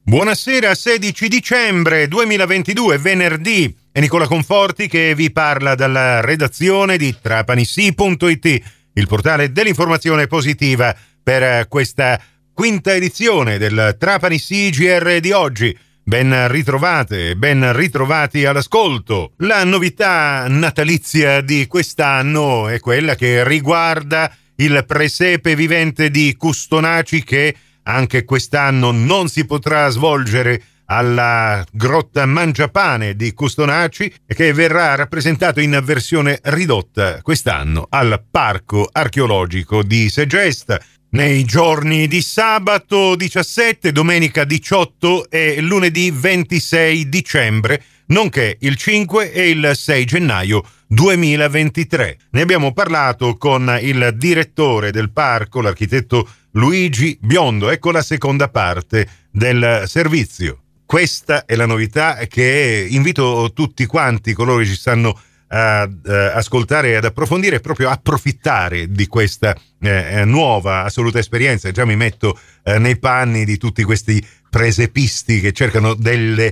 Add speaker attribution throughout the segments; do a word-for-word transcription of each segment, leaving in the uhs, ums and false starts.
Speaker 1: Buonasera, sedici dicembre duemilaventidue, venerdì, è Nicola Conforti che vi parla dalla redazione di Trapanissi punto it, il portale dell'informazione positiva, per questa quinta edizione del Trapanissi G R di oggi. Ben ritrovate, ben ritrovati all'ascolto. La novità natalizia di quest'anno è quella che riguarda il presepe vivente di Custonaci, che anche quest'anno non si potrà svolgere alla Grotta Mangiapane di Custonaci e che verrà rappresentato in versione ridotta quest'anno al Parco Archeologico di Segesta nei giorni di sabato diciassette, domenica diciotto e lunedì ventisei dicembre, nonché il cinque e il sei gennaio duemilaventitré. Ne abbiamo parlato con il direttore del parco, l'architetto Luigi Biondo. Ecco la seconda parte del servizio. Questa è la novità che invito tutti quanti coloro che ci stanno a uh, ascoltare e ad approfondire, proprio approfittare di questa uh, nuova assoluta esperienza. Già mi metto uh, nei panni di tutti questi presepisti che cercano delle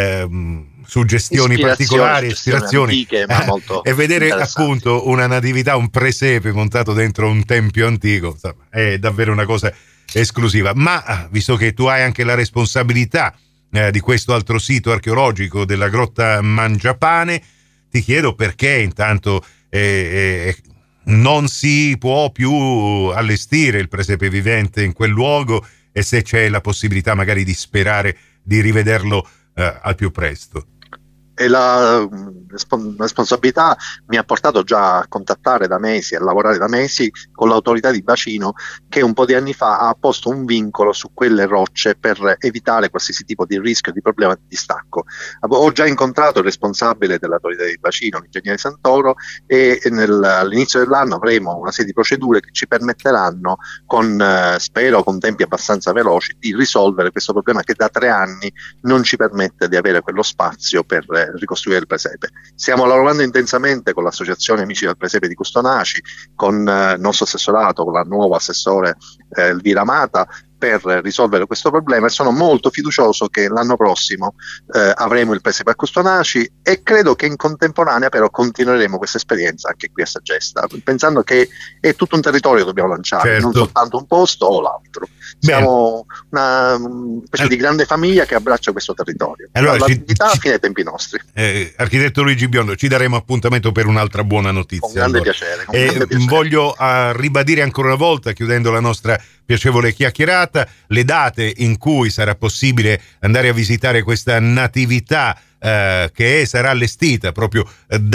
Speaker 1: uh, suggestioni particolari, ispirazioni
Speaker 2: antiche, ma molto
Speaker 1: e vedere appunto una natività, un presepe montato dentro un tempio antico, insomma, è davvero una cosa esclusiva. Ma visto che tu hai anche la responsabilità eh, di questo altro sito archeologico della Grotta Mangiapane, ti chiedo perché intanto eh, eh, non si può più allestire il presepe vivente in quel luogo e se c'è la possibilità magari di sperare di rivederlo eh, al più presto.
Speaker 2: E la responsabilità mi ha portato già a contattare da mesi, a lavorare da mesi con l'autorità di bacino, che un po' di anni fa ha posto un vincolo su quelle rocce per evitare qualsiasi tipo di rischio, di problema di distacco. Ho già incontrato il responsabile dell'autorità di bacino, l'ingegnere Santoro, e nel, all'inizio dell'anno avremo una serie di procedure che ci permetteranno, con eh, spero con tempi abbastanza veloci, di risolvere questo problema che da tre anni non ci permette di avere quello spazio per eh, ricostruire il presepe. Stiamo lavorando intensamente con l'associazione Amici del Presepe di Custonaci, con eh, il nostro assessorato, con la nuova assessore eh, Elvira Mata, per risolvere questo problema, e sono molto fiducioso che l'anno prossimo eh, avremo il presepe a Custonaci, e credo che in contemporanea però continueremo questa esperienza anche qui a Segesta, pensando che è tutto un territorio che dobbiamo lanciare, certo, non soltanto un posto o l'altro. Siamo una specie di grande famiglia che abbraccia questo territorio.
Speaker 1: Allora,
Speaker 2: l'attività
Speaker 1: ci,
Speaker 2: fino ai tempi nostri.
Speaker 1: Eh, architetto Luigi Biondo, ci daremo appuntamento per un'altra buona notizia.
Speaker 2: Con grande
Speaker 1: allora.
Speaker 2: piacere. Con
Speaker 1: eh,
Speaker 2: grande piacere.
Speaker 1: Voglio uh, ribadire ancora una volta, chiudendo la nostra piacevole chiacchierata, le date in cui sarà possibile andare a visitare questa natività eh, che sarà allestita proprio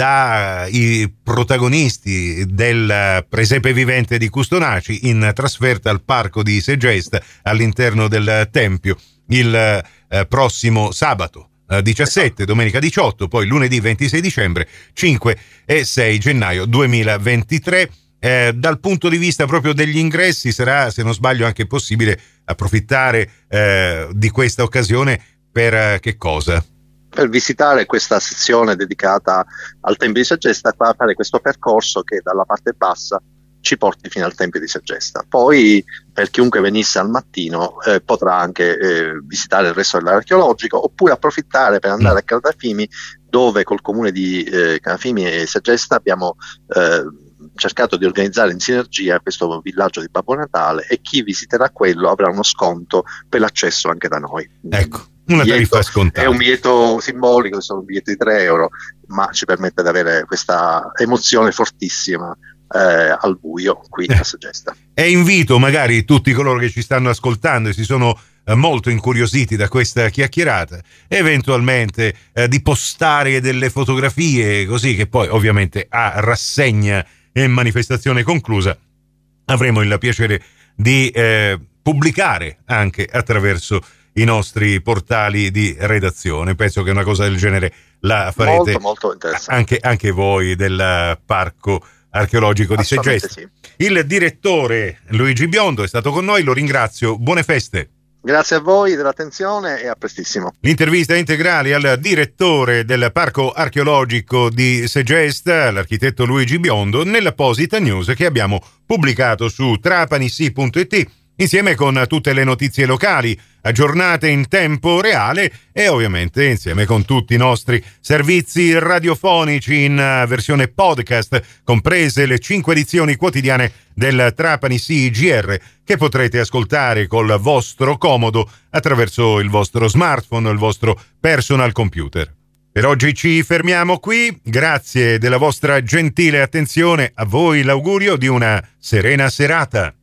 Speaker 1: dai protagonisti del presepe vivente di Custonaci, in trasferta al parco di Segesta all'interno del tempio il eh, prossimo sabato diciassette, domenica diciotto, poi lunedì ventisei dicembre, cinque e sei gennaio duemilaventitré. Eh, dal punto di vista proprio degli ingressi sarà, se non sbaglio, anche possibile approfittare eh, di questa occasione per eh, che cosa?
Speaker 2: Per visitare questa sezione dedicata al Tempio di Segesta, qua fare questo percorso che dalla parte bassa ci porti fino al Tempio di Segesta. Poi per chiunque venisse al mattino eh, potrà anche eh, visitare il resto dell'area archeologica, oppure approfittare per andare a Caldafimi, dove col comune di eh, Caldafimi e Segesta abbiamo eh, cercato di organizzare in sinergia questo villaggio di Babbo Natale, e chi visiterà quello avrà uno sconto per l'accesso anche da noi.
Speaker 1: Ecco, una tariffa scontata.
Speaker 2: È un biglietto simbolico, sono un biglietto di tre euro, ma ci permette di avere questa emozione fortissima eh, al buio qui a Segesta.
Speaker 1: E invito magari tutti coloro che ci stanno ascoltando e si sono eh, molto incuriositi da questa chiacchierata, eventualmente eh, di postare delle fotografie, così che poi ovviamente a rassegna e manifestazione conclusa avremo il piacere di eh, pubblicare anche attraverso i nostri portali di redazione. Penso che una cosa del genere la farete
Speaker 2: molto, molto interessante.
Speaker 1: Anche, anche voi del Parco Archeologico di Segesta.
Speaker 2: Sì.
Speaker 1: Il direttore Luigi Biondo è stato con noi, lo ringrazio, buone feste.
Speaker 2: Grazie a voi dell'attenzione e a prestissimo.
Speaker 1: L'intervista integrale al direttore del Parco Archeologico di Segesta, l'architetto Luigi Biondo, nell'apposita news che abbiamo pubblicato su Trapanissi punto it, insieme con tutte le notizie locali, aggiornate in tempo reale e ovviamente insieme con tutti i nostri servizi radiofonici in versione podcast, comprese le cinque edizioni quotidiane del Trapani C I G R che potrete ascoltare col vostro comodo attraverso il vostro smartphone o il vostro personal computer. Per oggi ci fermiamo qui, grazie della vostra gentile attenzione, a voi l'augurio di una serena serata.